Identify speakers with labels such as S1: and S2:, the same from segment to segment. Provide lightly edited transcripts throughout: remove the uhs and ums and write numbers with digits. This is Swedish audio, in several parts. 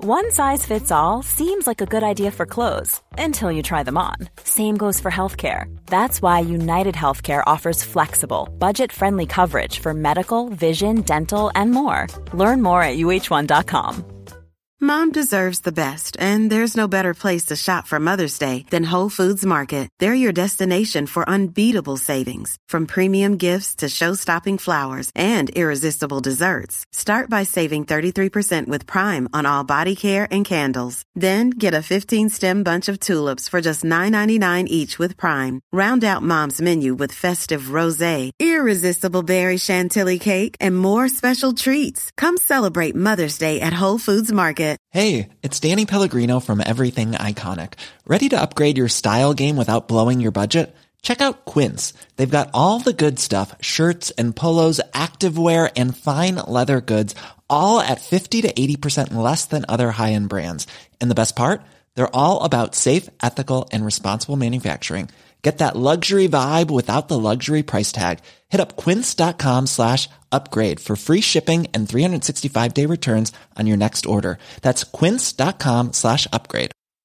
S1: One size fits all seems like a good idea for clothes until you try them on. Same goes for healthcare. That's why United Healthcare offers flexible, budget-friendly coverage for medical, vision, dental, and more. Learn more at uh1.com.
S2: Mom deserves the best, and there's no better place to shop for Mother's Day than Whole Foods Market. They're your destination for unbeatable savings, from premium gifts to show-stopping flowers and irresistible desserts. Start by saving 33% with Prime on all body care and candles. Then get a 15-stem bunch of tulips for just $9.99 each with Prime. Round out Mom's menu with festive rosé, irresistible berry chantilly cake, and more special treats. Come celebrate Mother's Day at Whole Foods Market.
S3: Hey, it's Danny Pellegrino from Everything Iconic. Ready to upgrade your style game without blowing your budget? Check out Quince. They've got all the good stuff, shirts and polos, activewear, and fine leather goods, all at 50 to 80% less than other high-end brands. And the best part? They're all about safe, ethical, and responsible manufacturing. Get that luxury vibe without the luxury price tag. Hit up quince.com/upgrade for free shipping and 365-day returns on your next order. That's quince.com/upgrade.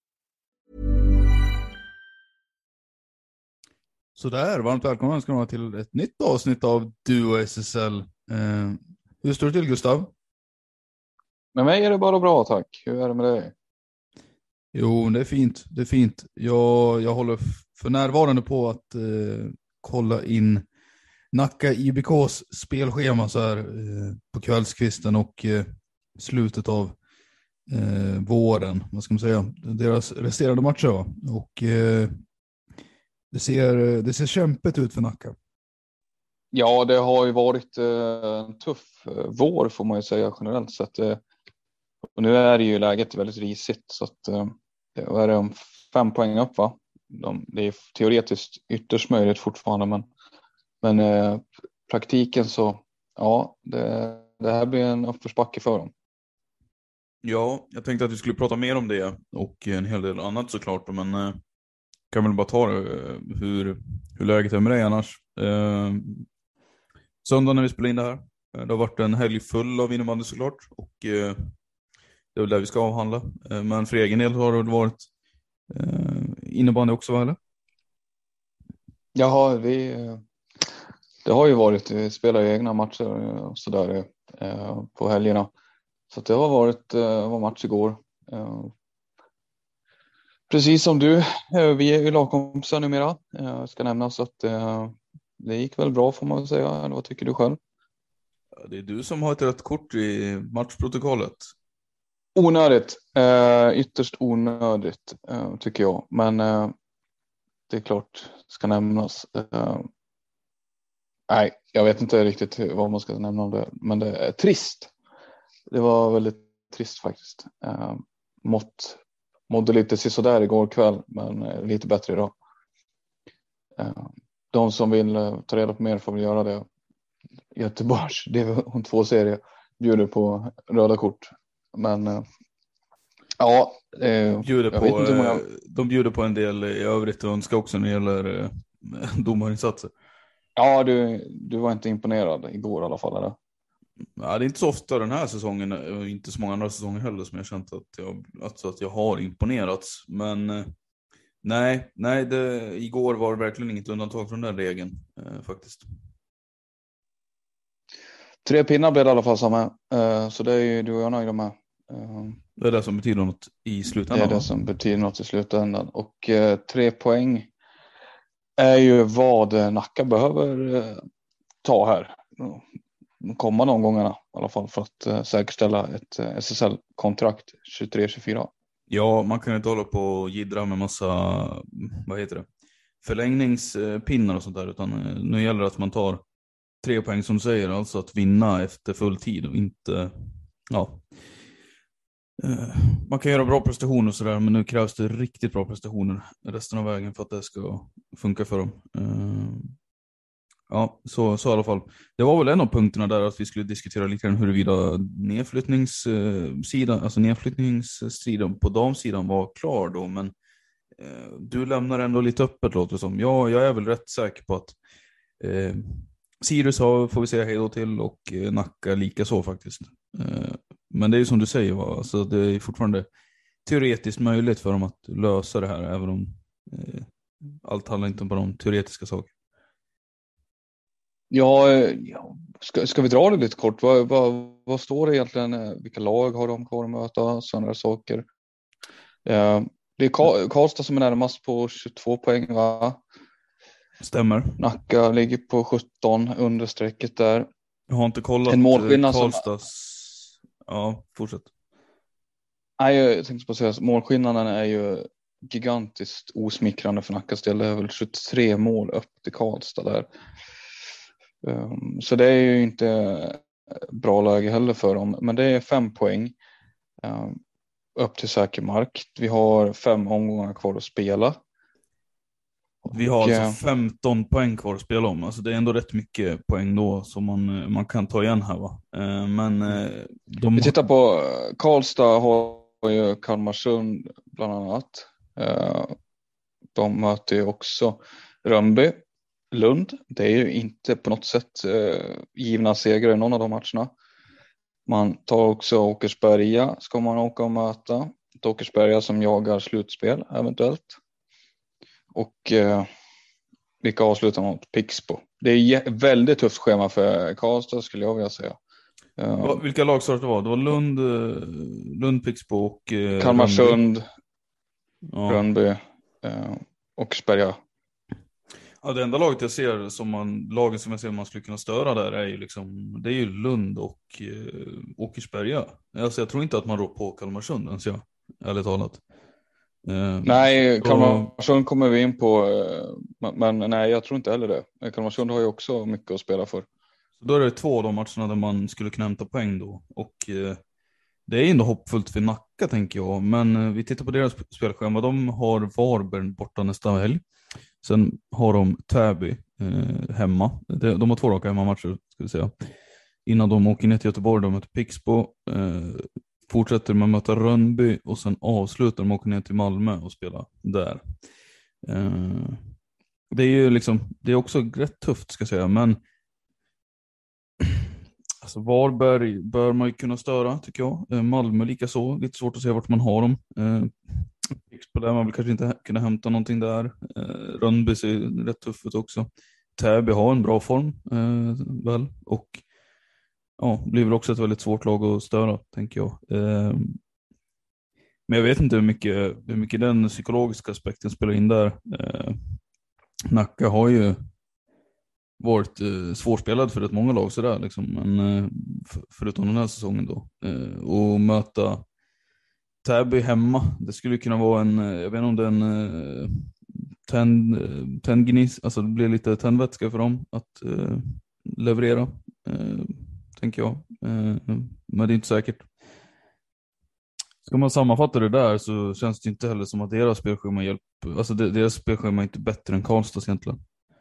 S4: Så där, varmt välkomna ska ni vara till ett nytt avsnitt av Duo SSL. Hur står det till, Gustav?
S5: Med mig är det bara bra, tack. Hur är det med dig?
S4: Jo, det är fint. Det är fint. Jag håller för närvarande på att kolla in Nacka IBKs spelschema så här på kvällskvisten och slutet av våren, vad ska man säga, deras resterande matcher. Va? Och det ser kämpigt ut för Nacka.
S5: Ja, det har ju varit en tuff vår får man ju säga generellt sett. Och nu är det ju läget väldigt risigt så att vad är det om 5 poäng upp, va? Det är teoretiskt ytterst möjligt fortfarande, men praktiken så ja, det här blir en uppförsbacke för dem.
S4: Ja, jag tänkte att vi skulle prata mer om det och en hel del annat såklart, men kan väl bara ta det, hur läget är med dig annars. Söndag när vi spelar in det här, det har varit en helg full av innebandy såklart, och det är väl där vi ska avhandla. Men för egen del har det varit innebandy också, va, eller?
S5: Jaha, det har ju varit, vi spelar ju egna matcher och sådär på helgerna. Så det har var match igår. Precis som du, vi är ju lagkompisar numera. Ska nämnas att det gick väl bra får man säga. Eller vad tycker du själv?
S4: Det är du som har ett rätt kort i matchprotokollet.
S5: Onödigt. Ytterst onödigt tycker jag. Men det är klart ska nämnas. Nej, jag vet inte riktigt vad man ska nämna om det. Men det är trist. Det var väldigt trist faktiskt. Mådde lite sådär igår kväll, men lite bättre idag. De som vill ta reda på mer får väl göra det. Göteborgs division 2-serie bjuder på röda kort. Men ja,
S4: de bjuder på en del i övrigt och önskar också när det gäller domarinsatser.
S5: Ja, du var inte imponerad igår i alla fall, eller?
S4: Ja, det är inte så ofta den här säsongen och inte så många andra säsonger heller som jag känt att jag har imponerats. Men nej, igår var det verkligen inget undantag från den regeln faktiskt.
S5: 3 pinnar blev det i alla fall samma. Så det är ju du och jag nöjda med.
S4: Det är det som betyder något i slutändan.
S5: Det är det som betyder något i slutändan. Och 3 poäng är ju vad Nacka behöver ta här. Kommande omgångarna i alla fall för att säkerställa ett SSL-kontrakt 23-24.
S4: Ja, man kan inte hålla på och gidra med massa, förlängningspinnar och sånt där, utan nu gäller det att man tar 3 poäng som säger, alltså att vinna efter full tid och inte, ja. Man kan göra bra prestationer och sådär, men nu krävs det riktigt bra prestationer resten av vägen för att det ska funka för dem. Ja, så i alla fall. Det var väl en av punkterna där att vi skulle diskutera lite grann huruvida nedflyttningsstriden på damsidan var klar då, men du lämnar ändå lite öppet, låter det som. Ja, jag är väl rätt säker på att Sirius får vi säga hej då till, och Nacka lika så faktiskt. Men det är ju som du säger, va? Alltså, det är fortfarande teoretiskt möjligt för dem att lösa det här, även om allt handlar inte bara om teoretiska saker.
S5: Ja, ska vi dra det lite kort? Vad står det egentligen? Vilka lag har de kvar att möta? Sådana saker. Det är Karlstad som är närmast på 22 poäng, va?
S4: Stämmer.
S5: Nacka ligger på 17 under strecket där.
S4: Jag har inte kollat
S5: en målskillnad
S4: Karlstads... Ja, fortsätt.
S5: Nej, jag tänkte bara säga att målskillnaden är ju gigantiskt osmickrande för Nackas del. Det är väl 73 mål upp till Karlstad där. Så det är ju inte bra läge heller för dem. Men det är 5 poäng upp till säker mark. Vi har 5 omgångar kvar att spela.
S4: Vi har alltså 15 poäng kvar att spela om. Alltså det är ändå rätt mycket poäng då som man kan ta igen här, va? Men
S5: vi tittar på Karlstad har ju Kalmarsund bland annat. De möter ju också Rönnby, Lund. Det är ju inte på något sätt givna segrar i någon av de matcherna. Man tar också Åkersberga, ska man åka och möta. Åkersberga som jagar slutspel eventuellt. Och vilka avslutar mot Pixbo. Det är väldigt tufft schema för Karlstad, skulle jag vilja säga.
S4: Vilka lag sa det var? Det var Lund, Pixbo och
S5: Kalmarsund,
S4: Rönnby.
S5: Rönnby, Åkersberga.
S4: Ja, det enda laget jag ser lagen som jag ser man skulle kunna störa där är ju det är ju Lund och Åkersberga. Alltså jag tror inte att man rår på Kalmarsund ens, ärligt talat.
S5: Nej, Kalmarsund kommer vi in på, men nej, jag tror inte heller det. Kalmarsund har ju också mycket att spela för.
S4: Så då är det 2 av de matcherna där man skulle kunna hämta poäng då. Och det är ändå hoppfullt för Nacka, tänker jag. Men vi tittar på deras spelschema. De har Varberg borta nästa helg. Sen har de Täby hemma. De har 2 raka hemmamatcher, ska vi säga. Innan de åker ner till Göteborg, de möter Pixbo. Fortsätter med att möta Rönnby och sen avslutar de och åker ner till Malmö och spelar där. Det är ju det är också rätt tufft, ska jag säga, men alltså Varberg bör man ju kunna störa, tycker jag. Malmö lika så, lite svårt att se vart man har dem. På där man vill kanske inte kunna hämta någonting där. Rönnby ser rätt tufft ut också. Täby har en bra form väl, och ja, blir väl också ett väldigt svårt lag att störa, tänker jag. Men jag vet inte hur mycket den psykologiska aspekten spelar in där. Nacka har ju varit svårspelad för rätt många lag sådär, men förutom den här säsongen då. Och möta Täby hemma, det skulle kunna vara jag vet inte om det är en tändgnis, alltså det blir lite tändvätska för dem att leverera, tänker jag. Men det är inte säkert. Ska man sammanfatta det där så känns det inte heller som att deras spelschema hjälper. Alltså deras spelschema är inte bättre än Karlstads egentligen.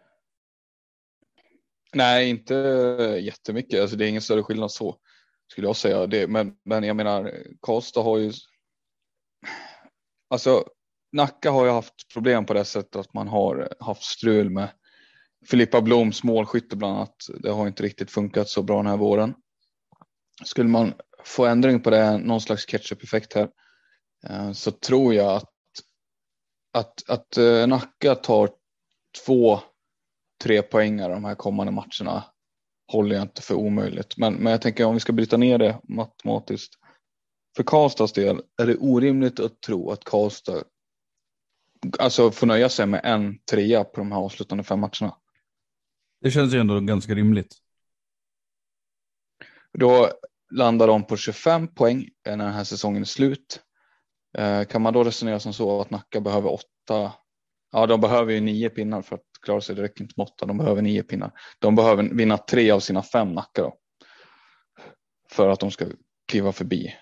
S5: Nej, inte jättemycket. Alltså det är ingen större skillnad så, skulle jag säga. Men jag menar, Karlstad har ju... Alltså, Nacka har ju haft problem på det sättet att man har haft strul med Filippa Bloms målskytte bland annat. Det har inte riktigt funkat så bra den här våren. Skulle man få ändring på det, någon slags ketchup-effekt här, så tror jag att Nacka tar 2-3 poängar de här kommande matcherna håller jag inte för omöjligt. Men jag tänker, om vi ska bryta ner det matematiskt, för Karlstads del är det orimligt att tro att Karlstad alltså får nöja sig med 1-3 på de här avslutande 5 matcherna.
S4: Det känns ju ändå ganska rimligt.
S5: Då landar de på 25 poäng när den här säsongen är slut. Kan man då resonera som så att Nacka behöver 8? Ja, de behöver ju 9 pinnar för att klara sig. Det räcker inte med 8, de behöver 9 pinnar. De behöver vinna 3 av sina 5 Nacka då, för att de ska kliva förbi.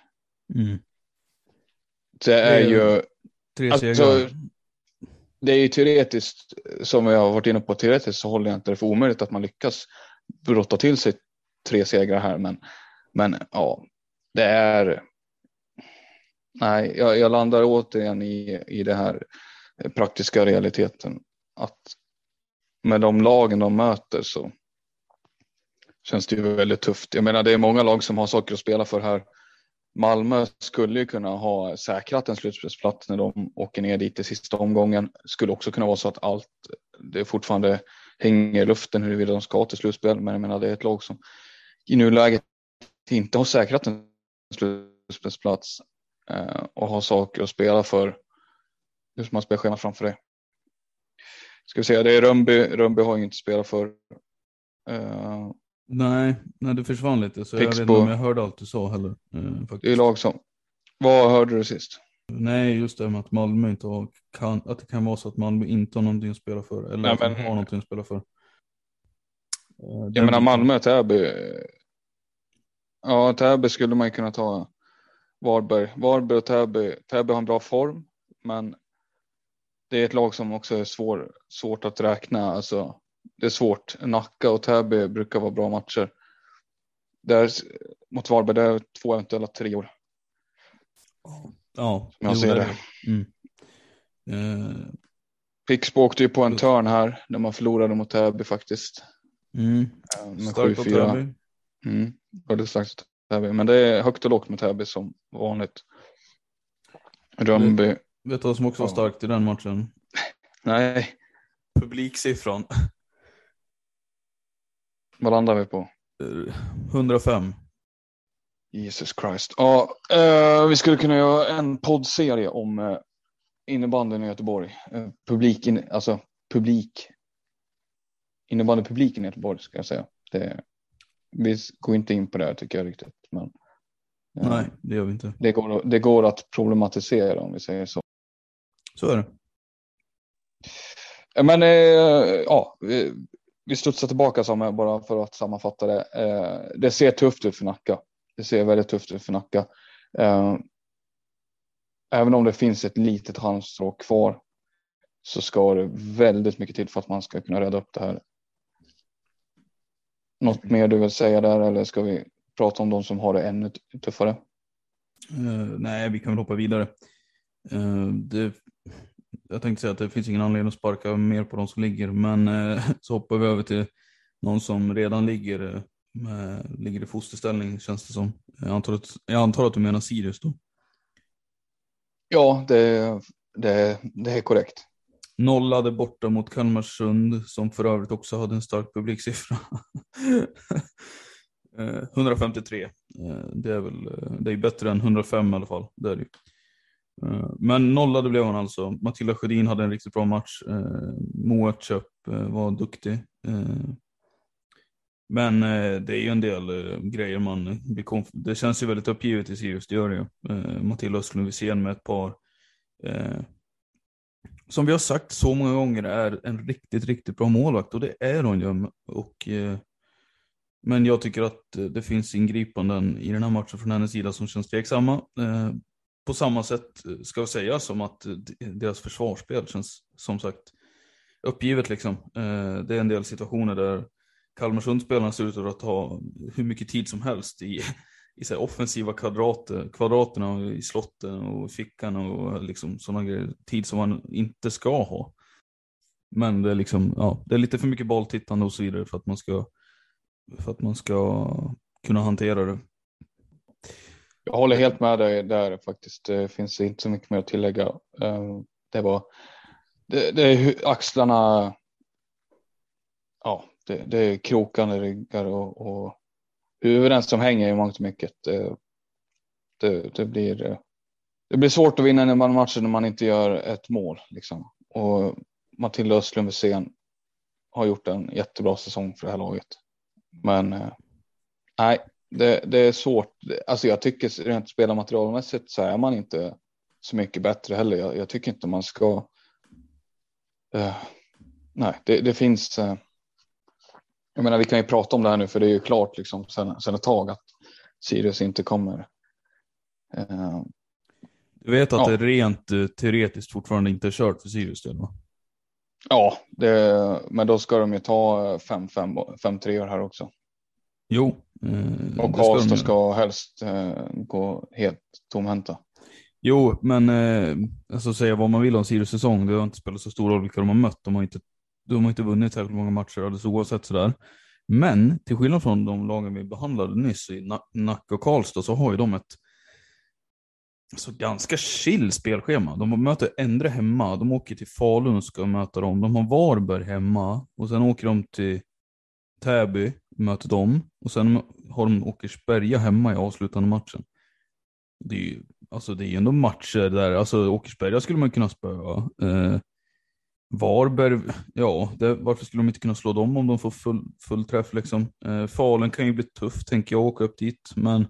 S5: Det är ju
S4: 3 segrar.
S5: Det är ju teoretiskt, som jag har varit inne på, teoretiskt så håller jag inte det för omöjligt att man lyckas brotta till sig 3 segrar här, men ja, det är... Nej, jag landar återigen i det här praktiska realiteten, att med de lagen de möter så känns det ju väldigt tufft. Jag menar, det är många lag som har saker att spela för här. Malmö skulle ju kunna ha säkrat en slutspelsplats när de åker ner dit i sista omgången. Skulle också kunna vara så att allt det fortfarande hänger i luften huruvida de ska till slutspel. Men jag menar, det är ett lag som i nuläget inte har säkrat en slutspelsplats och har saker att spela för. Hur ska man spela schemat framför det? Ska vi säga, det är Rönnby har ju inte spelat för.
S4: Nej, det försvann lite, så
S5: Pixbo.
S4: jag vet inte om jag hörde allt du sa heller. Faktiskt.
S5: Det är lag som... Vad hörde du sist?
S4: Nej, just det med att Malmö inte har, att det kan vara så att Malmö inte har någonting att spela för. Eller
S5: Nej,
S4: att de har någonting att spela för.
S5: Jag menar Malmö och Täby. Ja, Täby skulle man ju kunna ta Varberg och Täby. Täby har en bra form, men det är ett lag som också är svårt att räkna. Alltså, det är svårt. Nacka och Täby brukar vara bra matcher. Där mot Varberg, det är 2 eventuella 3 år.
S4: Ja,
S5: jag ser det. Pixbo åkte ju på en törn här när man förlorade mot Täby faktiskt. Med 7-4. Väldigt starkt Täby. Men det är högt och lågt med Täby som vanligt. Rönnby.
S4: Vet du vad som också var starkt i den matchen?
S5: Nej.
S4: Publiksiffran.
S5: Vad landar vi på?
S4: 105.
S5: Jesus Christ. Ja, vi skulle kunna göra en poddserie om innebandyn i Göteborg. Innebandypubliken i Göteborg ska jag säga. Vi går inte in på det här, tycker jag riktigt. Men,
S4: nej, det gör vi inte.
S5: Det går att problematisera om vi säger så.
S4: Så är det.
S5: Men vi studsar tillbaka bara för att sammanfatta det. Det ser tufft ut för Nacka. Det ser väldigt tufft ut för Nacka. Även om det finns ett litet halmstrå kvar så ska det väldigt mycket till för att man ska kunna rädda upp det här. Något mer du vill säga där, eller ska vi prata om de som har det ännu tuffare?
S4: Nej, vi kan väl hoppa vidare. Jag tänkte säga att det finns ingen anledning att sparka mer på de som ligger, men så hoppar vi över till någon som redan ligger i fosterställning, känns det som. Jag antar att du menar Sirius då?
S5: Ja, det är korrekt.
S4: Nollade borta mot Kalmarsund, som för övrigt också hade en stark publiksiffra. 153. Det är bättre än 105 i alla fall. Det är det. Men nollade blev han alltså. Matilda Sjödin hade en riktigt bra match. Moa Köp var duktig. Men det är ju en del grejer man blir det känns ju väldigt uppgivet i Sirius, det gör det ju. Matilda Östlund Wisén med ett par som vi har sagt så många gånger är en riktigt, riktigt bra målvakt, och det är hon ju. Men jag tycker att det finns ingripanden i den här matchen från hennes sida som känns tveksamma. På samma sätt ska jag säga som att deras försvarsspel känns som sagt uppgivet liksom. Det är en del situationer där Kalmarsund-spelarna ser ut att ha hur mycket tid som helst i så här offensiva kvadraterna och i slotten och fickan och liksom sådana grejer. Tid som man inte ska ha. Men det är liksom, det är lite för mycket bolltittande och så vidare för att man ska kunna hantera det.
S5: Jag håller helt med dig där faktiskt. Det finns inte så mycket mer att tillägga. Det är axlarna. Ja, det är krokande ryggar och huvuden som hänger i mångt och mycket. Det blir svårt att vinna en match när man inte gör ett mål liksom. Och Matilda Östlund Wisén har gjort en jättebra säsong för det här laget. Men nej, det är svårt. Alltså jag tycker rent spelarmaterialmässigt så är man inte så mycket bättre heller. Jag tycker inte man ska nej, det finns jag menar, vi kan ju prata om det här nu, för det är ju klart liksom sen ett tag att Sirius inte kommer.
S4: Du vet att det rent teoretiskt fortfarande inte är kört för Sirius det, va?
S5: Ja, men då ska de ju ta 5-3 år här också.
S4: Jo.
S5: Och Karlstad ska helst gå helt tomhänta.
S4: Jo, men alltså säga vad man vill om Sirius säsong, det har inte spelat så stor roll vilka de har mött. De har inte vunnit särskilt många matcher, alldeles oavsett sådär. Men till skillnad från de lagen vi behandlade nyss i Nacka och Karlstad, så har ju de ett så ganska chill spelschema. De möter Endre hemma. De åker till Falun och ska möta dem. De har Varberg hemma. Och sen åker de till Täby och möter dem. Och sen har de Åkersberga hemma i avslutande matchen. Det är ju, alltså det är ju ändå matcher där. Alltså Åkersberga skulle man kunna spöa. Varberg, ja, varför skulle de inte kunna slå dem om de får full träff liksom. Falun kan ju bli tufft, tänker jag, åka upp dit. Men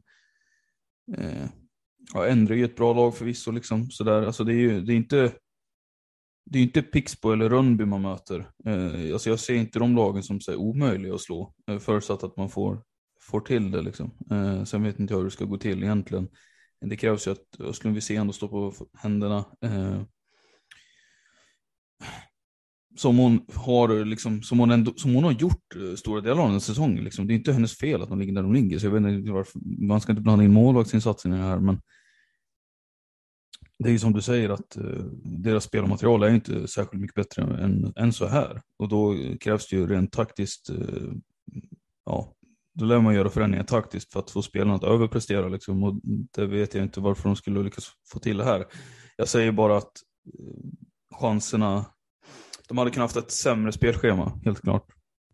S4: ja, Endre är ju ett bra lag förvisso liksom. Sådär. Alltså det är inte Pixbo eller Rönnby man möter. Alltså jag ser inte de lagen som är omöjliga att slå. Förutsatt att man får till det liksom. Sen vet inte jag hur det ska gå till egentligen. Det krävs ju att Östlund Wisén står på händerna. Som hon har gjort stora delar av den säsongen liksom. Det är inte hennes fel att de ligger där de ligger, så jag vet inte varför, man ska inte blanda in målvaktsinsatsen i det här, men det är ju som du säger att deras spelmaterial är inte särskilt mycket bättre än så här, och då krävs det ju rent taktiskt då lär man göra förändringar taktiskt för att få spelarna att överprestera liksom, och det vet jag inte varför de skulle lyckas få till det här. Jag säger bara att chanserna, de hade kunnat haft ett sämre spelschema, helt klart.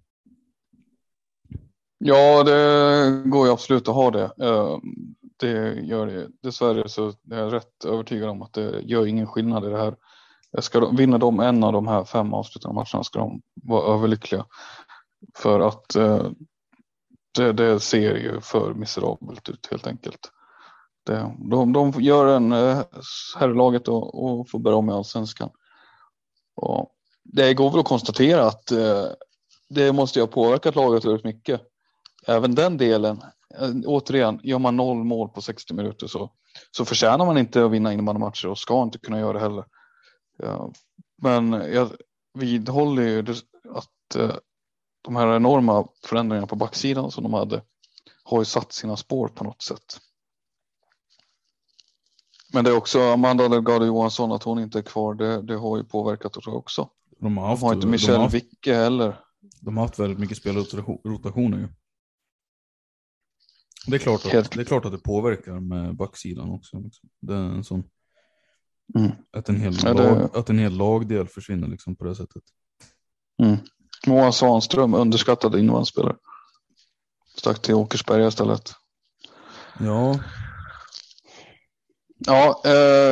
S5: Ja, det går ju absolut att ha det. Det gör det. Dessvärre så är jag rätt övertygad om att det gör ingen skillnad i det här. Vinna de en av de här 5 avslutande matcherna ska de vara överlyckliga. För att det ser ju för miserabelt ut helt enkelt. De gör en herrlaget och får börja om i Allsvenskan. Och det går väl att konstatera att det måste ju ha påverkat laget väldigt mycket. Även den delen. Återigen, gör man 0 mål på 60 minuter så förtjänar man inte att vinna innebandymatcher och ska inte kunna göra det heller. Ja, men jag vidhåller ju att de här enorma förändringarna på backsidan som de hade har ju satt sina spår på något sätt. Men det är också Amanda Delgado Johansson, att hon inte är kvar, det har ju påverkat det också. De har inte Michelle Wicke heller.
S4: De har haft väldigt mycket spelrotationer ju. Det är klart att det påverkar med backsidan också. Liksom. Det är en sån att en hel lagdel försvinner liksom på det sättet.
S5: Moa Svanström, underskattad invandrarspelare. Stack till Åkersberga istället.
S4: Ja.
S5: Ja,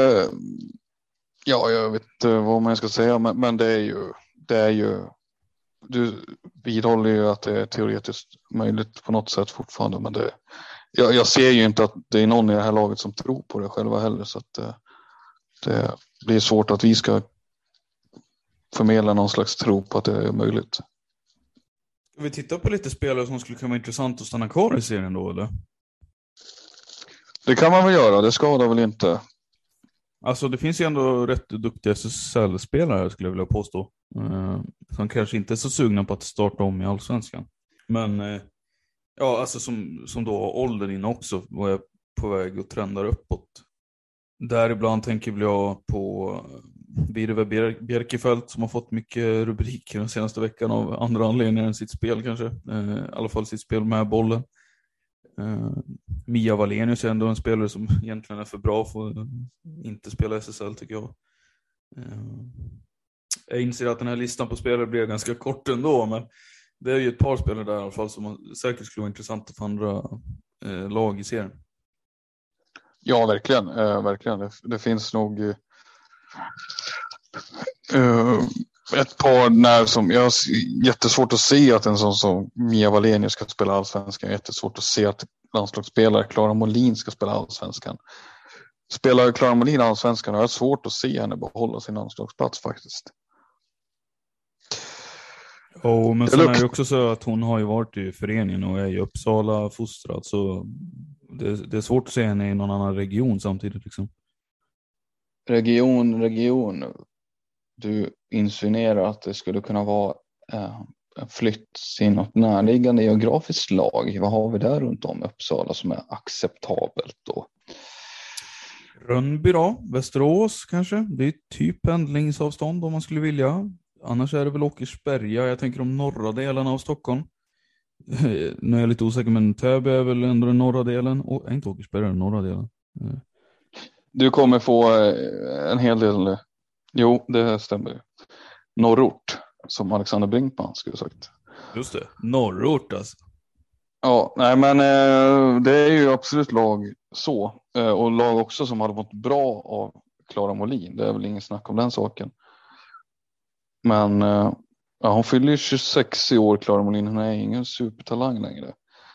S5: jag vet inte vad man ska säga, men det är ju du vidhåller ju att det är teoretiskt möjligt på något sätt fortfarande, men jag ser ju inte att det är någon i det här laget som tror på det själva heller, så att det blir svårt att vi ska förmedla någon slags tro på att det är möjligt.
S4: Vi tittar på lite spelare som skulle kunna vara intressant att stanna kvar i serien då, eller?
S5: Det kan man väl göra, det skadar väl inte.
S4: Alltså det finns ju ändå rätt duktiga SSL-spelare, skulle jag vilja påstå. Som kanske inte är så sugna på att starta om i Allsvenskan. Men ja, alltså som då har åldern inne också och är på väg och trendar uppåt. Däribland tänker jag på Birve Bjerkefelt som har fått mycket rubriker den senaste veckan av andra anledningar än sitt spel kanske. I alla fall sitt spel med bollen. Mia Wallenius är ändå en spelare som egentligen är för bra för att inte spela SSL, tycker jag. Jag inser att den här listan på spelare blir ganska kort ändå, men det är ju ett par spelare där i alla fall som säkert skulle vara intressant för andra lag i serien.
S5: Ja, verkligen. Verkligen. Det finns nog ett par när som jag har jättesvårt att se att en sån som Mia Wallenius ska spela Allsvenskan. Jättesvårt att se att landslagsspelare Clara Molin ska spela Allsvenskan. Spelar Clara Molin Allsvenskan har jag svårt att se henne behålla sin landslagsplats faktiskt.
S4: Men sen är det också så att hon har ju varit i föreningen och är i Uppsala fostrad, så det är svårt att se henne i någon annan region samtidigt liksom.
S5: Region. Du insinuerar att det skulle kunna vara en flytt till något närliggande geografiskt lag. Vad har vi där runt om Uppsala som är acceptabelt då?
S4: Rönnby då, Västerås kanske. Det är typ pendlingsavstånd om man skulle vilja. Annars är det väl Åkersberga. Jag tänker om norra delen av Stockholm. Nu är jag lite osäker, men Täby är väl ändå den norra delen. Och inte Åkersberga, den norra delen.
S5: Du kommer få en hel del. Jo, det stämmer. Norrort, som Alexander Brinkman skulle sagt.
S4: Just det, norrort alltså.
S5: Ja, nej men det är ju absolut lag så. Och lag också som hade mått bra av Klara Molin. Det är väl ingen snack om den saken. Men ja, hon fyller ju 26 i år, Klara Molin. Hon är ingen supertalang längre.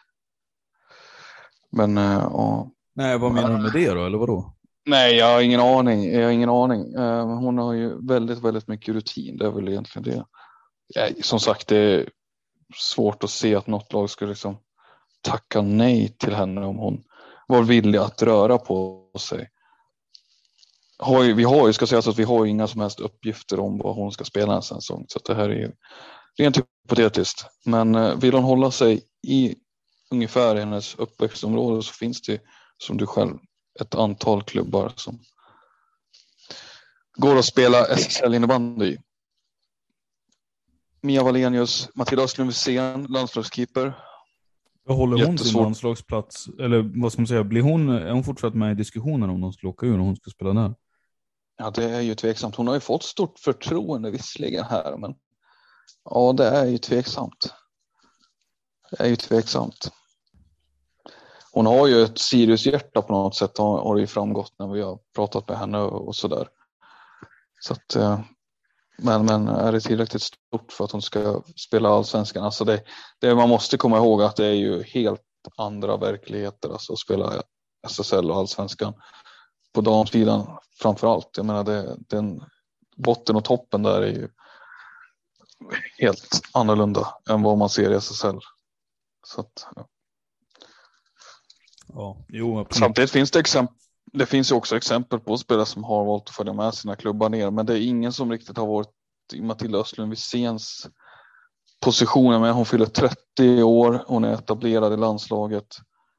S5: Men ja.
S4: Nej, vad menar du med det då, eller vadå?
S5: Nej, jag har ingen aning. Hon har ju väldigt, väldigt mycket rutin. Det är väl egentligen det. Som sagt, det är svårt att se att något lag skulle liksom tacka nej till henne om hon var villig att röra på sig. Vi har ju inga som helst uppgifter om vad hon ska spela en säsong. Så att det här är ju rent hypotetiskt. Men vill hon hålla sig i ungefär hennes uppväxtområde så finns det, som du själv, ett antal klubbar som går att spela SSL-innebandy i. Mia Wallenius, Matilda Östlund Wisén, landslagskeeper.
S4: Håller hon sin landslagsplats? Eller vad ska man säga, är hon fortsatt med i diskussionen om de ska åka ur och hon ska spela där?
S5: Ja, det är ju tveksamt. Hon har ju fått stort förtroende visserligen här, men ja, det är ju tveksamt. Hon har ju ett Sirius-hjärta på något sätt, har det ju framgått när vi har pratat med henne och sådär. Så att, men är det tillräckligt stort för att hon ska spela allsvenskan? Alltså det man måste komma ihåg att det är ju helt andra verkligheter, alltså att spela SSL och allsvenskan på damsidan framförallt. Jag menar, den botten och toppen där är ju helt annorlunda än vad man ser i SSL. Så att, ja.
S4: Ja, jo,
S5: samtidigt finns det finns ju också exempel på spelare som har valt att följa med sina klubbar ner, men det är ingen som riktigt har varit i Matilda Östlund Wiséns position. Men hon fyller 30 år, hon är etablerad i landslaget.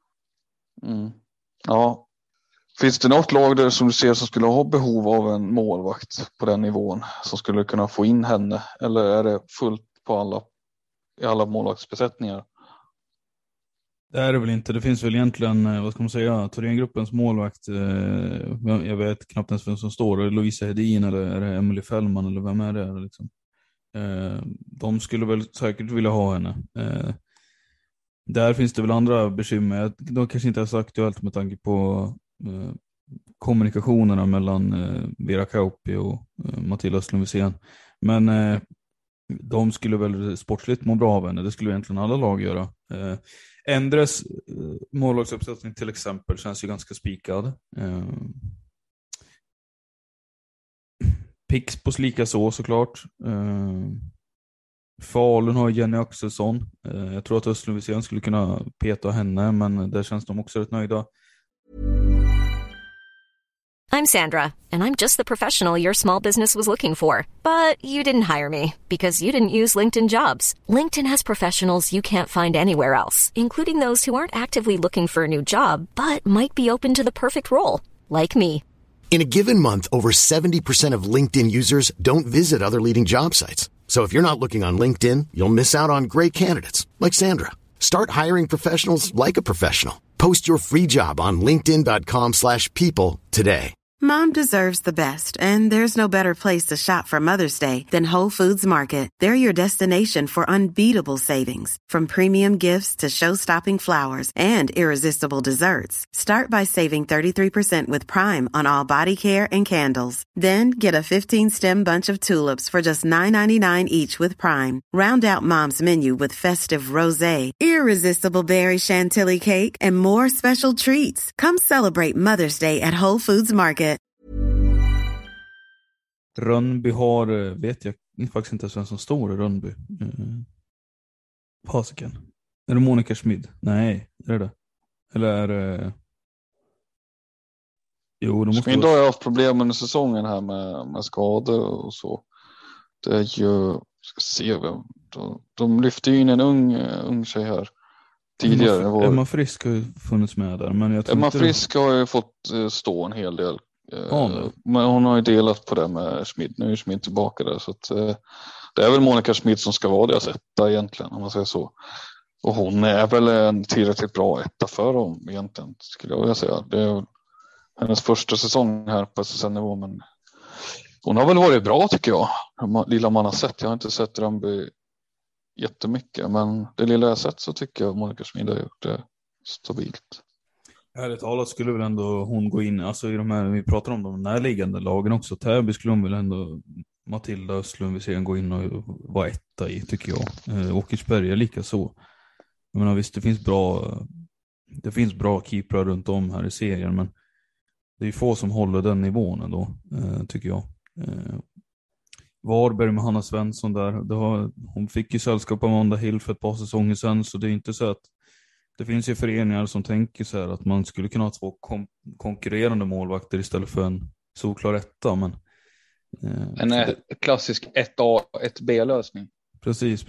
S5: Ja. Finns det något lag där som du ser som skulle ha behov av en målvakt på den nivån som skulle kunna få in henne, eller är det fullt på i alla målvaktsbesättningar?
S4: Det är det väl inte. Det finns väl egentligen, vad ska man säga, Thorengruppens målvakt, jag vet knappt ens vem som står. Är det Lovisa Hedin eller är det Emily Fällman eller vem är det liksom? De skulle väl säkert vilja ha henne. Där finns det väl andra bekymmer. De kanske inte är så aktuellt med tanke på kommunikationerna mellan Vera Kauppi och Matilda Östlund Wisén. Men de skulle väl sportsligt må bra av henne. Det skulle egentligen alla lag göra. Endres målvaksuppsättning till exempel känns ju ganska spikad. Pixbos lika såklart. Falun har Jenny Axelsson. Jag tror att Östlund Wisén skulle kunna peta henne, men där känns de också rätt nöjda.
S6: I'm Sandra, and I'm just the professional your small business was looking for. But you didn't hire me because you didn't use LinkedIn Jobs. LinkedIn has professionals you can't find anywhere else, including those who aren't actively looking for a new job, but might be open to the perfect role, like me.
S7: In a given month, over 70% of LinkedIn users don't visit other leading job sites. So if you're not looking on LinkedIn, you'll miss out on great candidates, like Sandra. Start hiring professionals like a professional. Post your free job on linkedin.com/people today.
S2: Mom deserves the best, and there's no better place to shop for Mother's Day than Whole Foods Market. They're your destination for unbeatable savings, from premium gifts to show-stopping flowers and irresistible desserts. Start by saving 33% with Prime on all body care and candles. Then get a 15-stem bunch of tulips for just $9.99 each with Prime. Round out Mom's menu with festive rosé, irresistible berry chantilly cake, and more special treats. Come celebrate Mother's Day at Whole Foods Market.
S4: Rönnby har, vet jag faktiskt inte vem som står i Rönnby. Fasiken. Är det Monica Schmid? Nej, är det? Eller är det... Jo, det måste
S5: Schmid har ju haft problem under säsongen här med skador och så. Det är ju, ska se vem. De lyfte ju in en ung tjej här tidigare.
S4: Emma Frisk har ju funnits med där. Men jag tror
S5: Emma
S4: inte
S5: Frisk har ju fått stå en hel del. Men hon har ju delat på det med Schmid. Nu är Schmid tillbaka där. Så att, det är väl Monica Schmid som ska vara deras etta egentligen, om man säger så. Och hon är väl en tillräckligt bra etta för dem egentligen, skulle jag vilja säga. hennes första säsong här på SSN-nivå, men hon har väl varit bra tycker jag. Lilla man har sett. Jag har inte sett Rönnby jättemycket, men det lilla jag sett så tycker jag Monica Smid har gjort det stabilt.
S4: Ärligt talat skulle väl ändå hon gå in, alltså i de här, vi pratar om de närliggande lagen också. Täby skulle hon väl ändå, Matilda Östlund, vi ser gå in och vara etta i, tycker jag. Åkersberg är lika så. Jag menar visst, det finns bra keeprar runt om här i serien, men det är få som håller den nivån ändå, tycker jag. Varberg med Hanna Svensson där, hon fick ju sällskap av Amanda Hill för ett par säsonger sedan, så det är inte så att det finns ju föreningar som tänker så här att man skulle kunna ha två konkurrerande målvakter istället för en solklar etta, men
S5: en klassisk 1A, 1B-lösning.
S4: Precis.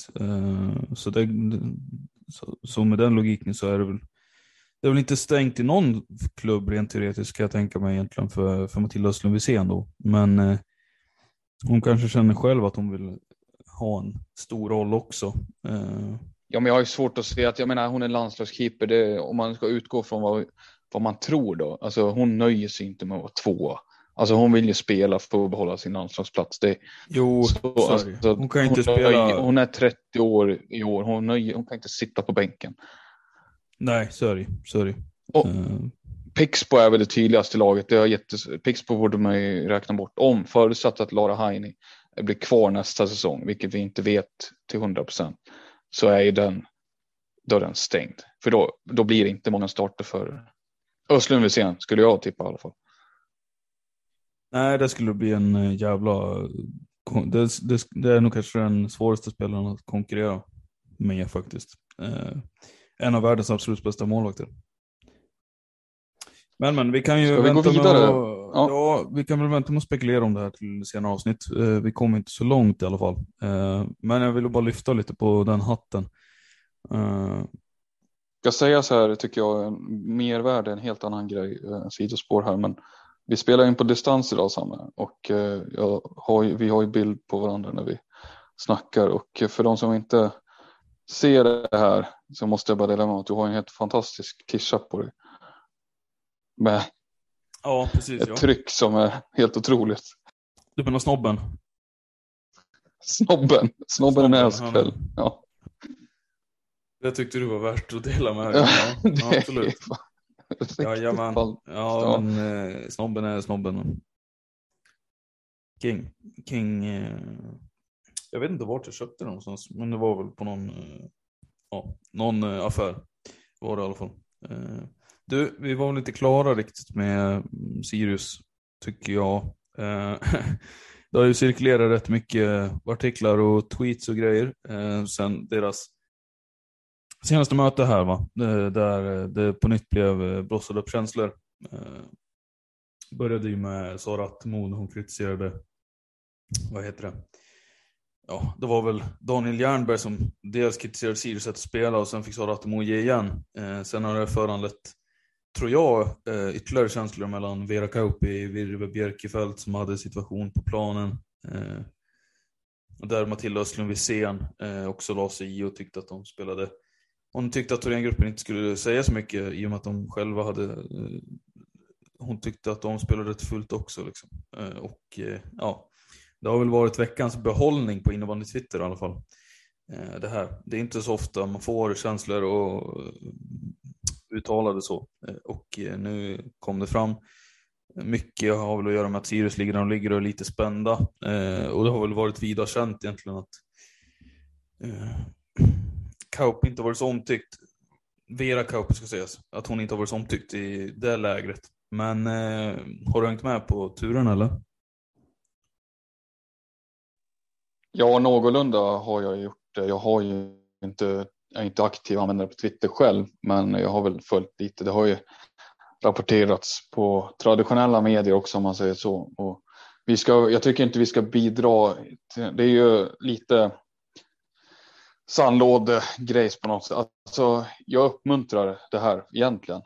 S4: Så med den logiken så är det väl inte stängt i någon klubb rent teoretiskt, kan jag tänka mig egentligen för Matilda Östlund Wisén då. Men hon kanske känner själv att hon vill ha en stor roll också.
S5: Ja, men jag har ju svårt att se att, jag menar, hon är landslagskeeper, om man ska utgå från vad man tror då. Alltså hon nöjer sig inte med att vara tvåa. Alltså hon vill ju spela för att behålla sin landslagsplats.
S4: Hon kan inte spela.
S5: Hon är 30 år i år. Hon kan inte sitta på bänken.
S4: Nej, sorry.
S5: Och Pixbo är väl det tydligaste laget. Pixbo borde man ju räkna bort, om förutsatt att Lara Heini blir kvar nästa säsong, vilket vi inte vet till 100%, så är ju den stängd. För då blir det inte många starter för Östlund Wisén, skulle jag tippa i alla fall.
S4: Nej, det skulle bli en jävla... Det är nog kanske den svåraste spelaren att konkurrera med faktiskt. En av världens absolut bästa målvakter. Men vi kan ju vänta med vi kan väl vänta med att spekulera om det här till senare avsnitt. Vi kommer inte så långt i alla fall. Men jag vill bara lyfta lite på den hatten.
S5: Jag säga så här, tycker jag, mervärde är en helt annan grej, sidospår här, men vi spelar in på distans idag, Samme, och vi har ju bild på varandra när vi snackar, och för de som inte ser det här så måste jag bara dela med att du har en helt fantastisk t-shirt på dig med ett tryck som är helt otroligt.
S4: Du menar snobben?
S5: Snobben är älskväll. Ja.
S4: Det tyckte du var värt att dela med. Ja, absolut. Ja, men snobben är snobben. King. Jag vet inte vart jag köpte den någonstans, men det var väl på någon affär var det i alla fall. Du, vi var väl inte klara riktigt med Sirius, tycker jag. Det har ju cirkulerat rätt mycket artiklar och tweets och grejer sen deras senaste möte här, va? Där det på nytt blev blossade upp känslor. Började ju med Sara Attemo, hon kritiserade, vad heter det? Ja, det var väl Daniel Jernberg som dels kritiserade Sirius sätt att spela, och sen fick Sara Attemo ge igen. Sen har det föranlett, tror jag, ytterligare känslor mellan Vera Kauppi och Virve Bjerkefelt, som hade situation på planen. Och där Matilda Östlund Wisén också la sig i och tyckte att de spelade. Hon tyckte att Thorengruppen inte skulle säga så mycket i och med att de själva hade... Hon tyckte att de spelade rätt fullt också. Liksom. Det har väl varit veckans behållning på innebandy Twitter i alla fall. Det här. Det är inte så ofta man får känslor och uttalade så. Och nu kom det fram. Mycket har väl att göra med att Sirius ligger där de ligger och är lite spända. Och det har väl varit vida känt egentligen att Kauppi inte varit så omtyckt. Vera Kauppi ska sägas. Att hon inte har varit så omtyckt i det lägret. Men har du hängt med på turen eller?
S5: Ja, någorlunda har jag gjort det. Jag är inte aktiv användare på Twitter själv, men jag har väl följt lite. Det har ju rapporterats på traditionella medier också, om man säger så. Och jag tycker inte vi ska bidra till, det är ju lite sandlådegrejs på något sätt. Alltså, jag uppmuntrar det här egentligen.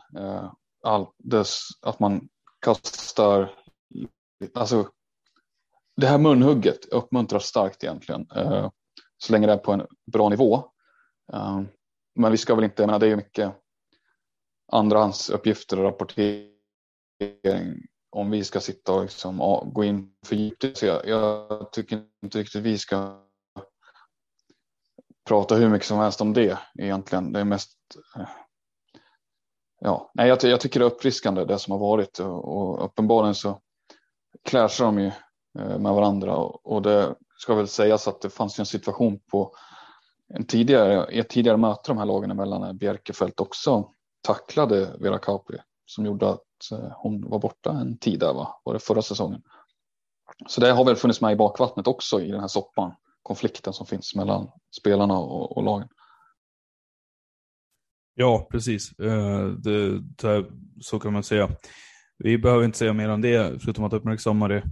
S5: Att man kastar, alltså det här munhugget uppmuntrar starkt egentligen, så länge det är på en bra nivå. Men vi ska väl inte, det är ju mycket andrahandsuppgifter och rapportering fundering om vi ska sitta och liksom, gå in för djupt. Så jag tycker inte riktigt vi ska prata hur mycket som helst om det egentligen. Det är mest jag tycker det är uppfriskande det som har varit, och uppenbarligen så clashar de ju med varandra, och det ska väl sägas att det fanns ju en situation på ett tidigare möte de här lagen emellan, när Bjerkefelt också tacklade Vera Kauppi, som gjorde att hon var borta en tid där, var det förra säsongen. Så det har väl funnits med i bakvattnet också i den här soppan, konflikten som finns mellan spelarna och lagen.
S8: Ja, precis. Så kan man säga. Vi behöver inte säga mer om det, förutom att uppmärksamma det.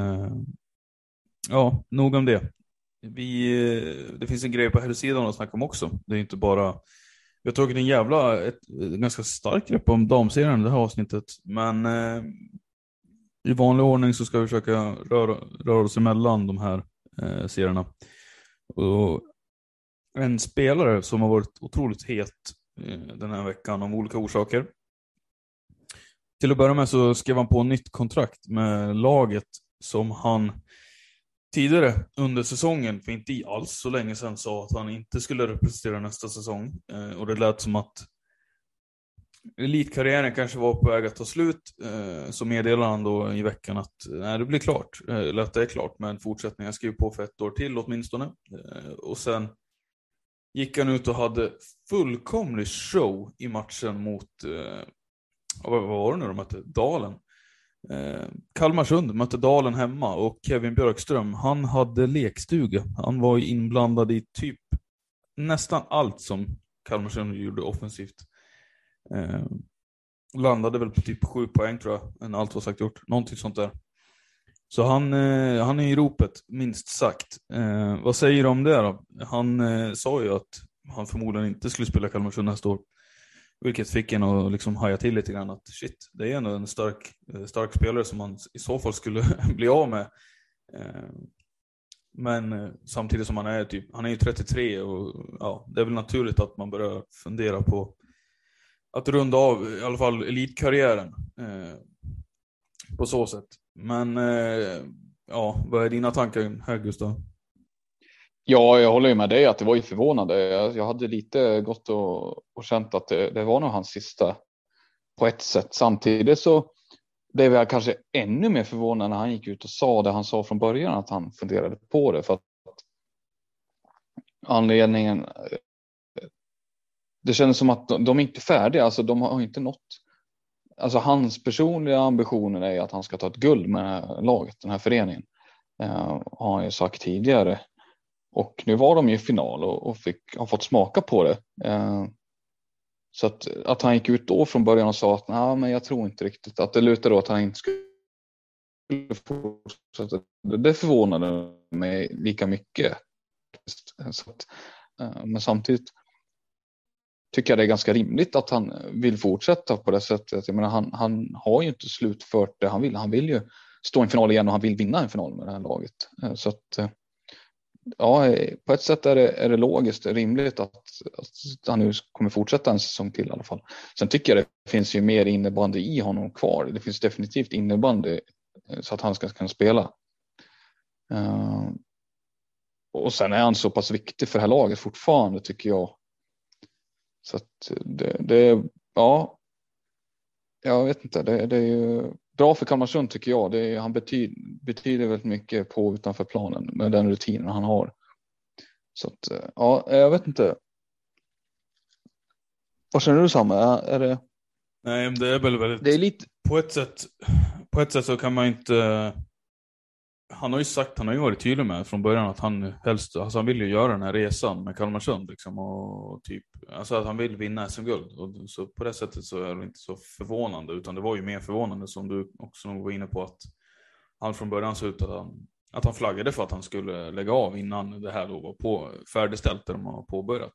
S8: Ja, nog om det. Det finns en grej på här sidan att snacka om också. Det är inte bara... Vi har tagit ett ganska starkt grepp om damserien i det här avsnittet. Men i vanlig ordning så ska vi försöka röra oss emellan de här serierna. Och en spelare som har varit otroligt het den här veckan av olika orsaker. Till att börja med så skrev han på ett nytt kontrakt med laget som han tidigare under säsongen, för inte alls så länge sedan, sa att han inte skulle representera nästa säsong. Och det lät som att elitkarriären kanske var på väg att ta slut. Så meddelade han då i veckan att nej, det blir klart. Eller att det är klart, men fortsättningen skriver på för 1 år till åtminstone. Och sen gick han ut och hade fullkomlig show i matchen mot vad var det nu de mötte? Dalen. Kalmarsund mötte Dalen hemma, och Kevin Björkström, han hade lekstuga. Han var inblandad i typ nästan allt som Kalmarsund gjorde offensivt. Landade väl på typ 7 poäng tror jag, än allt var sagt gjort. Någonting sånt där. Så han är i ropet, minst sagt. Vad säger du om det då? Han sa ju att han förmodligen inte skulle spela Kalmarsund nästa år. Vilket fick en att liksom haja till lite grann att shit, det är ändå en stark spelare som man i så fall skulle bli av med. Men samtidigt som han är ju 33, och ja, det är väl naturligt att man börjar fundera på att runda av i alla fall elitkarriären på så sätt. Men ja, vad är dina tankar här, Gustav?
S5: Ja, jag håller ju med dig att det var ju förvånande. Jag hade lite gått och känt att det var nog hans sista på ett sätt. Samtidigt så blev jag kanske ännu mer förvånad när han gick ut och sa det han sa från början, att han funderade på det. För att anledningen, det kändes som att de är inte färdiga. Alltså de har inte nått, alltså hans personliga ambitioner är att han ska ta ett guld med laget, den här föreningen. Har han ju sagt tidigare. Och nu var de ju i final och har fått smaka på det. Så att han gick ut då från början och sa att nej, men jag tror inte riktigt. Att det lutar då att han inte skulle fortsätta. Det förvånade mig lika mycket. Så att, men samtidigt tycker jag det är ganska rimligt att han vill fortsätta på det sättet. Jag menar, han har ju inte slutfört det han vill. Han vill ju stå i en final igen och han vill vinna en final med det här laget. Så att... Ja, på ett sätt är det logiskt, rimligt att han nu kommer fortsätta en säsong till i alla fall. Sen tycker jag det finns ju mer innebandy i honom kvar. Det finns definitivt innebandy så att han ska kunna spela. Och sen är han så pass viktig för det här laget fortfarande, tycker jag. Så att det ja, jag vet inte. Det är ju bra för Kalmarsund, tycker jag. Han betyder väldigt mycket på utanför planen med den rutinen han har. Så att, ja, jag vet inte. Vad känner du, Sam? Är det...
S8: Nej, det är väl väldigt...
S5: Det är lite...
S8: På ett sätt så kan man inte... Han har ju varit tydlig med från början att han helst, alltså han vill ju göra den här resan med Kalmarsund liksom, och typ, alltså att han vill vinna SM-guld, och så på det sättet så är det inte så förvånande, utan det var ju mer förvånande som du också var inne på, att han från början såg ut att han flaggade för att han skulle lägga av innan det här då var färdigställt, där de har påbörjat.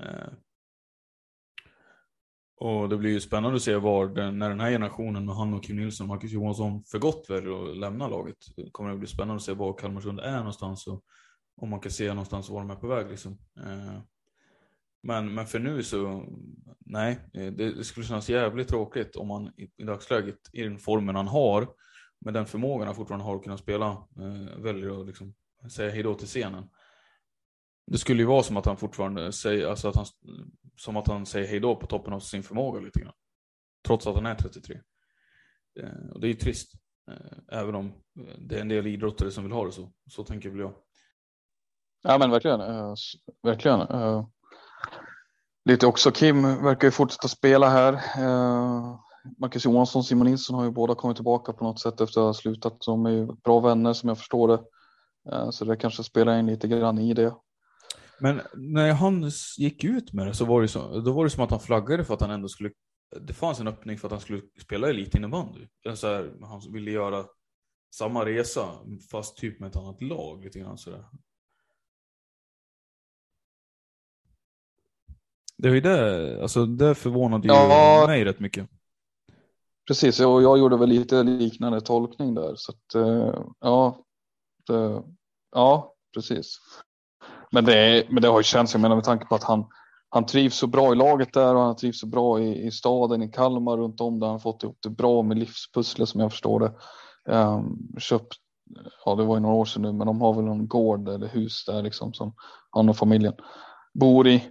S8: Och det blir ju spännande att se när den här generationen med han och Kim Nilsson och Marcus Johansson för gott väljer att lämna laget. Det kommer att bli spännande att se var Kalmarsund är någonstans, och om man kan se någonstans var de är på väg liksom. Men för nu så, nej, det skulle kännas jävligt tråkigt om man i dagsläget, i den formen han har, med den förmågan han fortfarande har att kunna spela, väljer att liksom säga hej då till scenen. Det skulle ju vara som att han fortfarande säger, alltså som att han säger hej då på toppen av sin förmåga lite grann. Trots att han är 33. Och det är ju trist. Även om det är en del idrottare som vill ha det så. Så tänker väl jag.
S5: Ja men verkligen. Verkligen. Lite också Kim verkar ju fortsätta spela här. Marcus Johansson och Simon Nilsson har ju båda kommit tillbaka på något sätt efter att ha slutat. De är ju bra vänner som jag förstår det. Så det kanske spelar in lite grann i det.
S8: Men när han gick ut med det så var det som att han flaggade för att han ändå skulle, det fanns en öppning för att han skulle spela elitinnebandy. Så här, han ville göra samma resa fast typ med ett annat lag lite grann sådär. Det är ju det, alltså det förvånade ju mig rätt mycket.
S5: Precis, och jag gjorde väl lite liknande tolkning där. Så att, ja, precis. Men det har ju känts, jag menar med tanke på att han trivs så bra i laget där och han trivs så bra i staden, i Kalmar runt om där han fått ihop det bra med livspusslet som jag förstår det. Köpt, ja det var ju några år sedan nu, men de har väl någon gård eller hus där liksom som han och familjen bor i.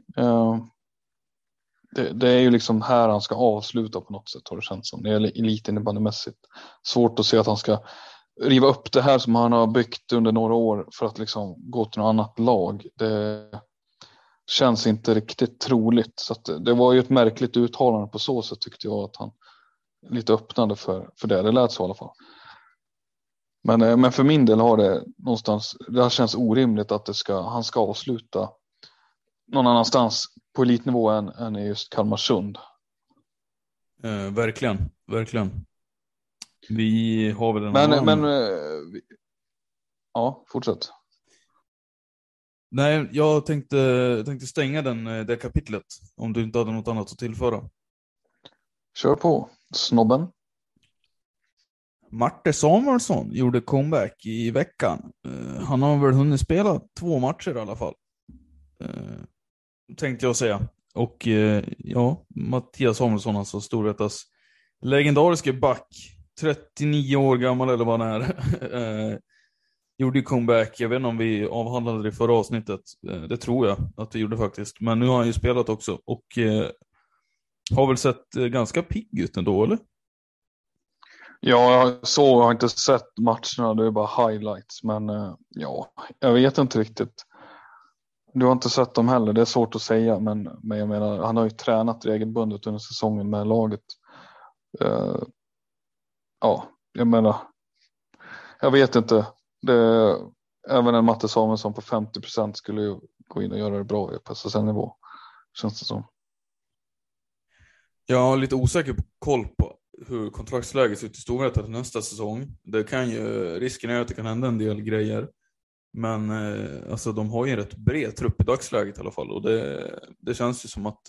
S5: Det är ju liksom här han ska avsluta på något sätt har det känts som. Det är elitinnebandymässigt. Svårt att se att han ska riva upp det här som han har byggt under några år för att liksom gå till något annat lag. Det känns inte riktigt troligt. Så att det var ju ett märkligt uttalande på så sätt tyckte jag att han lite öppnade för det. Det lät så i alla fall. Men för min del har det någonstans, det här känns orimligt att han ska avsluta någon annanstans på elitnivå än i just Kalmarsund.
S8: Verkligen. Vi har väl en
S5: ja, fortsätt.
S8: Nej, jag tänkte stänga det kapitlet om du inte hade något annat att tillföra.
S5: Kör på, snobben.
S8: Marte Samuelsson gjorde comeback i veckan. Han har väl hunnit spela 2 matcher i alla fall. Tänkte jag säga. Och Mattias Samuelsson, alltså Storvretas legendariske back, 39 år gammal eller vad han är, gjorde comeback. Jag vet inte om vi avhandlade det i förra avsnittet. Det tror jag att det gjorde faktiskt. Men nu har han ju spelat också och har väl sett ganska pigg ut ändå, eller?
S5: Ja, jag har inte sett matcherna, det är bara highlights. Men jag vet inte riktigt. Du har inte sett dem heller, det är svårt att säga. Men jag menar, han har ju tränat regelbundet under säsongen med laget. Jag menar, jag vet inte. Även en Matte Samuelsson på 50% skulle ju gå in och göra det bra på SSN-nivå. Känns det som.
S8: Jag har lite osäker koll på hur kontraktsläget ser ut i Storvreta nästa säsong. Det kan ju, risken är att det kan hända en del grejer. Men alltså de har ju en rätt bred trupp i dagsläget i alla fall. Och det känns ju som att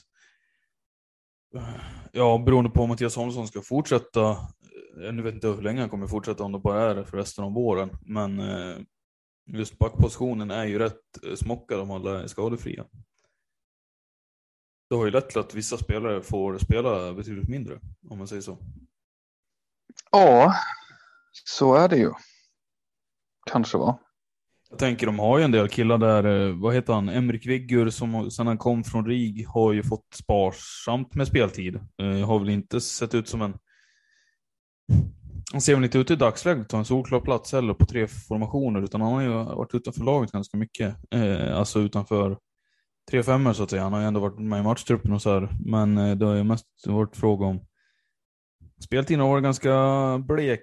S8: beroende på om Mattias Samuelsson ska fortsätta. Jag vet inte hur länge han kommer fortsätta, om det bara är för resten av våren. Men just backpositionen är ju rätt smockad om alla är skadefria. Det har ju lett till att vissa spelare får spela betydligt mindre, om man säger så.
S5: Ja, så är det ju. Kanske va?
S8: Jag tänker de har ju en del killar där, vad heter han? Emrik Viggur som sen han kom från RIG har ju fått sparsamt med speltid. Har väl inte sett ut som han ser väl inte ut i dagsläget ta en solklar plats eller på 3 formationer, utan han har ju varit utanför laget ganska mycket. Alltså utanför 3-5 så att säga. Han har ju ändå varit med i matchtruppen och så här. Men det har ju mest varit fråga om speltiden har varit ganska blek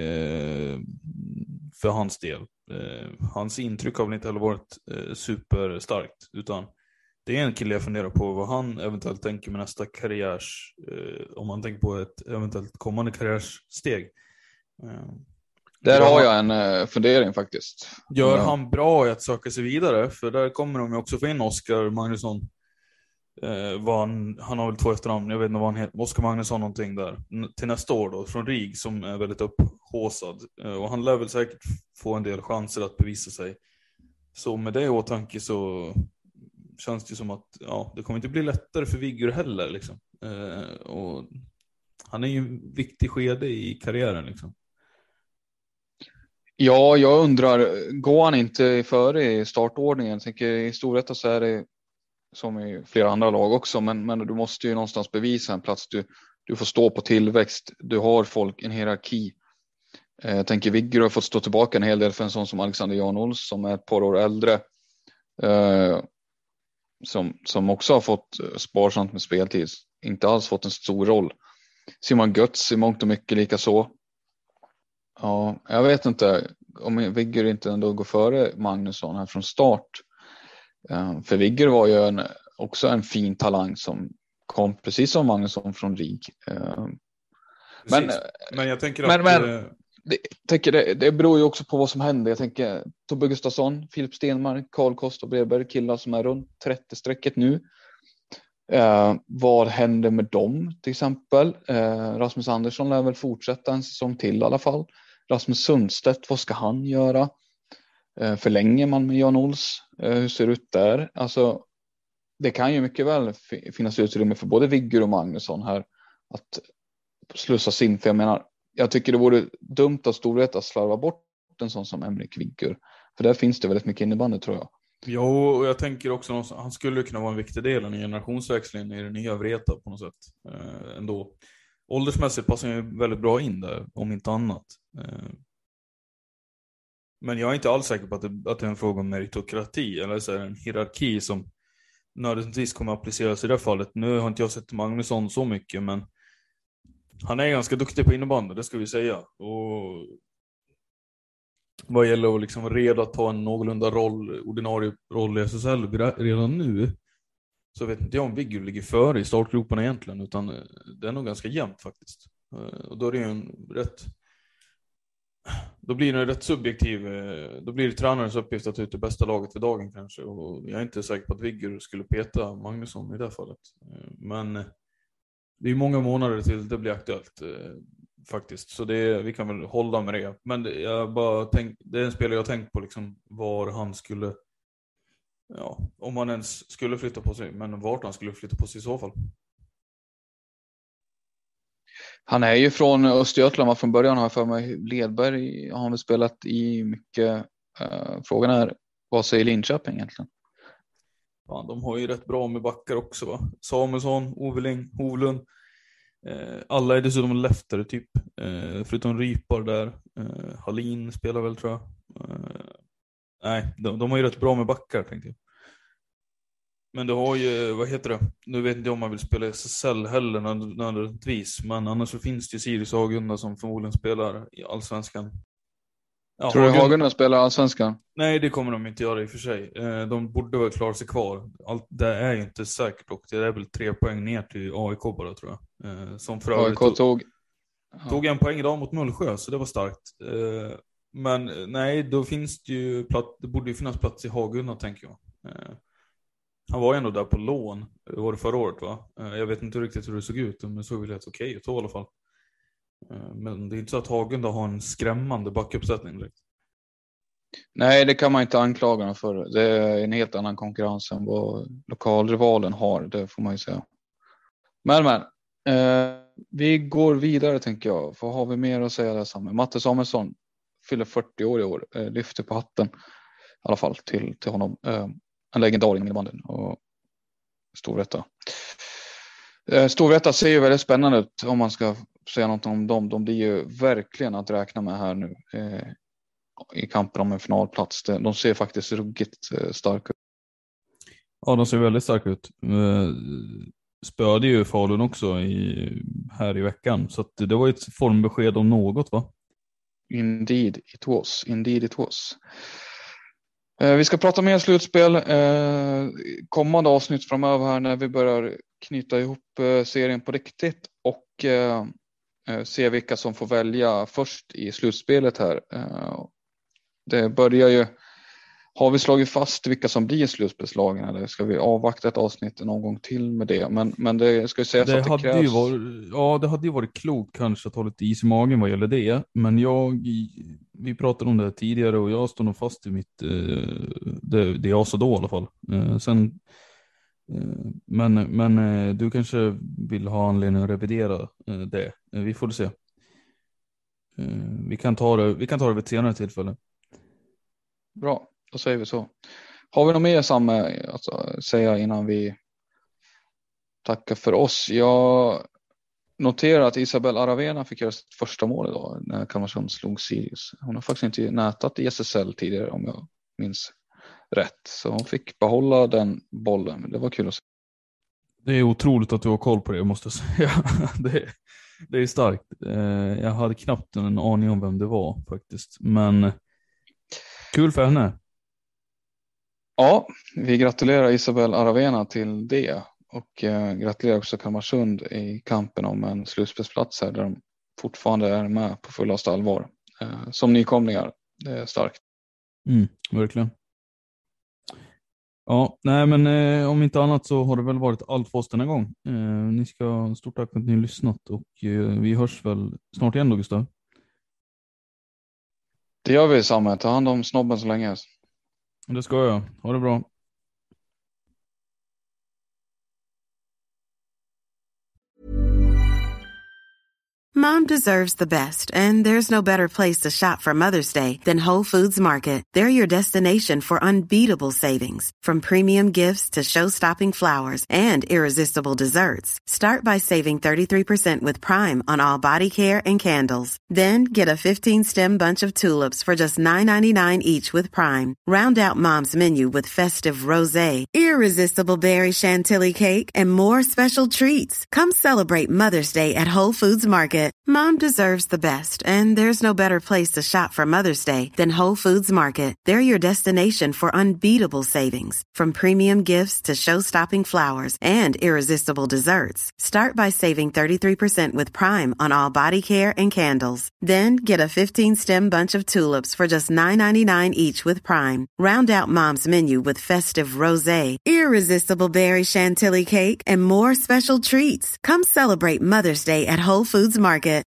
S8: för hans del. Hans intryck har väl inte heller varit superstarkt, utan det är en kille jag funderar på vad han eventuellt tänker med nästa karriärs, om man tänker på ett eventuellt kommande karriärssteg.
S5: Där har jag en fundering faktiskt.
S8: Gör han bra i att söka sig vidare? För där kommer de ju också få in Oskar Magnusson. Han har väl 2 efternamn, jag vet inte vad han heter, Oskar Magnusson någonting där, till nästa år då, från RIG, som är väldigt upphåsad. Och han lär väl säkert få en del chanser att bevisa sig. Så med det i åtanke så känns det som att det kommer inte bli lättare för Viggur heller liksom. Och han är ju en viktig skede i karriären liksom.
S5: Ja, jag undrar, går han inte före i startordningen? Jag tänker i Storvreta så är det som i flera andra lag också, men du måste ju någonstans bevisa en plats. Du får stå på tillväxt, du har folk, en hierarki. Jag tänker Viggur har fått stå tillbaka en hel del för en sån som Alexander Janouls som är ett par år äldre. Som också har fått sparsamt med speltid. Inte alls fått en stor roll. Simon Götz i mångt och mycket lika så. Ja, jag vet inte om Viggur inte ändå går före Magnusson här från start. För Viggur var ju också en fin talang som kom precis som Magnusson från RIG.
S8: Men jag tänker att...
S5: Det beror ju också på vad som händer. Jag tänker Tobbe Gustafsson, Filip Stenmark, Karl Kost och Bredberg, killar som är runt 30-strecket nu. Vad händer med dem till exempel? Rasmus Andersson lär väl fortsätta en säsong till i alla fall. Rasmus Sundstedt, vad ska han göra? Förlänger man med Jan Ols? Hur ser det ut där? Alltså, det kan ju mycket väl finnas utrymme för både Viggur och Magnusson här att slussas in. För jag tycker det vore dumt av Storvreta att slarva bort en sån som Emrik Viggur. För där finns det väldigt mycket innebandy tror jag.
S8: Jo, och jag tänker också att han skulle kunna vara en viktig del i en generationsväxling i det nya Vreta på något sätt. Ändå. Åldersmässigt passar han ju väldigt bra in där, om inte annat. Men jag är inte alls säker på att det är en fråga om meritokrati eller så är det en hierarki som nödvändigtvis kommer att appliceras i det här fallet. Nu har inte jag sett Magnusson så mycket, men han är ganska duktig på innebandy, det ska vi säga. Och vad gäller att liksom redo att ta en någorlunda ordinarie roll i SSL redan nu, så vet inte jag om Viggur ligger före i startgroparna egentligen, utan det är nog ganska jämnt faktiskt. Och då är det ju då blir det rätt subjektiv, då blir det tränarens uppgift att ta ut det bästa laget för dagen kanske, och jag är inte säker på att Viggur skulle peta Magnusson i det fallet. Men det är många månader till det blir aktuellt faktiskt, så vi kan väl hålla med det. Men det är en spelare jag tänkt på liksom, var han skulle, om han ens skulle flytta på sig, men vart han skulle flytta på sig i så fall.
S5: Han är ju från Östergötland från början, har jag för mig. Ledberg har han väl spelat i mycket. Frågan är, vad säger Linköping egentligen?
S8: Ja, de har ju rätt bra med backar också va? Samuelsson, Oveling, Hovlund. Alla är dessutom leftare typ. Förutom Rypar där. Hallin spelar väl tror jag. Nej, de har ju rätt bra med backar tänkte jag. Men det har ju, vad heter det? Nu vet inte om man vill spela SSL heller nödvändigtvis. Men annars så finns det ju Sirius och Hagunda som förmodligen spelar i Allsvenskan. Ja,
S5: tror du Hagunda spelar Allsvenskan?
S8: Nej, det kommer de inte göra i och för sig. De borde väl klara sig kvar. Det är ju inte säkert och det är väl 3 poäng ner till AIK bara tror jag. Som för
S5: AIK tog
S8: 1 poäng idag mot Mullsjö, så det var starkt. Men nej, då finns det ju det borde ju finnas plats i Hagunda tänker jag. Han var ändå där på lån. Det var det förra året va? Jag vet inte riktigt hur det såg ut, men det såg väl helt okej ut i alla fall. Men det är inte så att Hagunda har en skrämmande backuppsättning direkt.
S5: Nej, det kan man inte anklaga dem för. Det är en helt annan konkurrens än vad lokalrivalen har, det får man ju säga. Men vi går vidare tänker jag. Vad har vi mer att säga där Samuel? Matte Samuelsson fyller 40 år i år. Lyfter på hatten i alla fall till honom. En legendar inom innebandyn och Storvreta. Storvreta ser ju väldigt spännande ut om man ska säga något om dem. De blir ju verkligen att räkna med här nu i kampen om en finalplats. De ser faktiskt ruggigt starka ut.
S8: Ja, de ser väldigt starka ut. Spöde ju Falun också här i veckan. Så att det var ett formbesked om något va?
S5: Indeed it was. Vi ska prata mer slutspel kommande avsnitt framöver här när vi börjar knyta ihop serien på riktigt och se vilka som får välja först i slutspelet här. Det börjar ju, har vi slagit fast vilka som blir slutspelslagen eller ska vi avvakta ett avsnitt någon gång till med det? Men det ska ju sägas att det krävs.
S8: Det hade ju varit klokt kanske att ha lite is i magen vad gäller det. Men vi pratade om det tidigare och jag står nog fast i det jag sa då i alla fall. Sen Men du kanske vill ha anledning att revidera det. Vi får se. Vi kan ta det vid ett senare tillfälle.
S5: Bra, då säger vi så. Har vi något mer samma att säga innan vi tackar för oss? Jag noterar att Isabel Aravena fick göra sitt första mål idag när Kalmarsund slog Sirius. Hon har faktiskt inte nätat i SSL tidigare om jag minns rätt. Så hon fick behålla den bollen. Det var kul att se.
S8: Det är otroligt att du har koll på det, måste jag säga. Det är starkt. Jag hade knappt en aning om vem det var faktiskt. Men kul för henne.
S5: Ja, vi gratulerar Isabel Aravena till det. Och gratulerar också Kalmarsund i kampen om en slutspelsplats här där de fortfarande är med på fullaste allvar. Som nykomlingar, det är starkt.
S8: Verkligen. Ja, nej men om inte annat så har det väl varit allt för oss den här gång. Ni ska ha stort tack för att ni har lyssnat och vi hörs väl snart igen då, Gustav.
S5: Det gör vi, Samme. Ta hand om snobben så länge.
S8: Det ska jag. Ha det bra.
S2: Mom deserves the best, and there's no better place to shop for Mother's Day than Whole Foods Market. They're your destination for unbeatable savings, from premium gifts to show-stopping flowers and irresistible desserts. Start by saving 33% with Prime on all body care and candles. Then get a 15-stem bunch of tulips for just $9.99 each with Prime. Round out Mom's menu with festive rosé, irresistible berry chantilly cake, and more special treats. Come celebrate Mother's Day at Whole Foods Market. Mom deserves the best, and there's no better place to shop for Mother's Day than Whole Foods Market. They're your destination for unbeatable savings, from premium gifts to show-stopping flowers and irresistible desserts. Start by saving 33% with Prime on all body care and candles. Then get a 15-stem bunch of tulips for just $9.99 each with Prime. Round out Mom's menu with festive rosé, irresistible berry chantilly cake, and more special treats. Come celebrate Mother's Day at Whole Foods Market.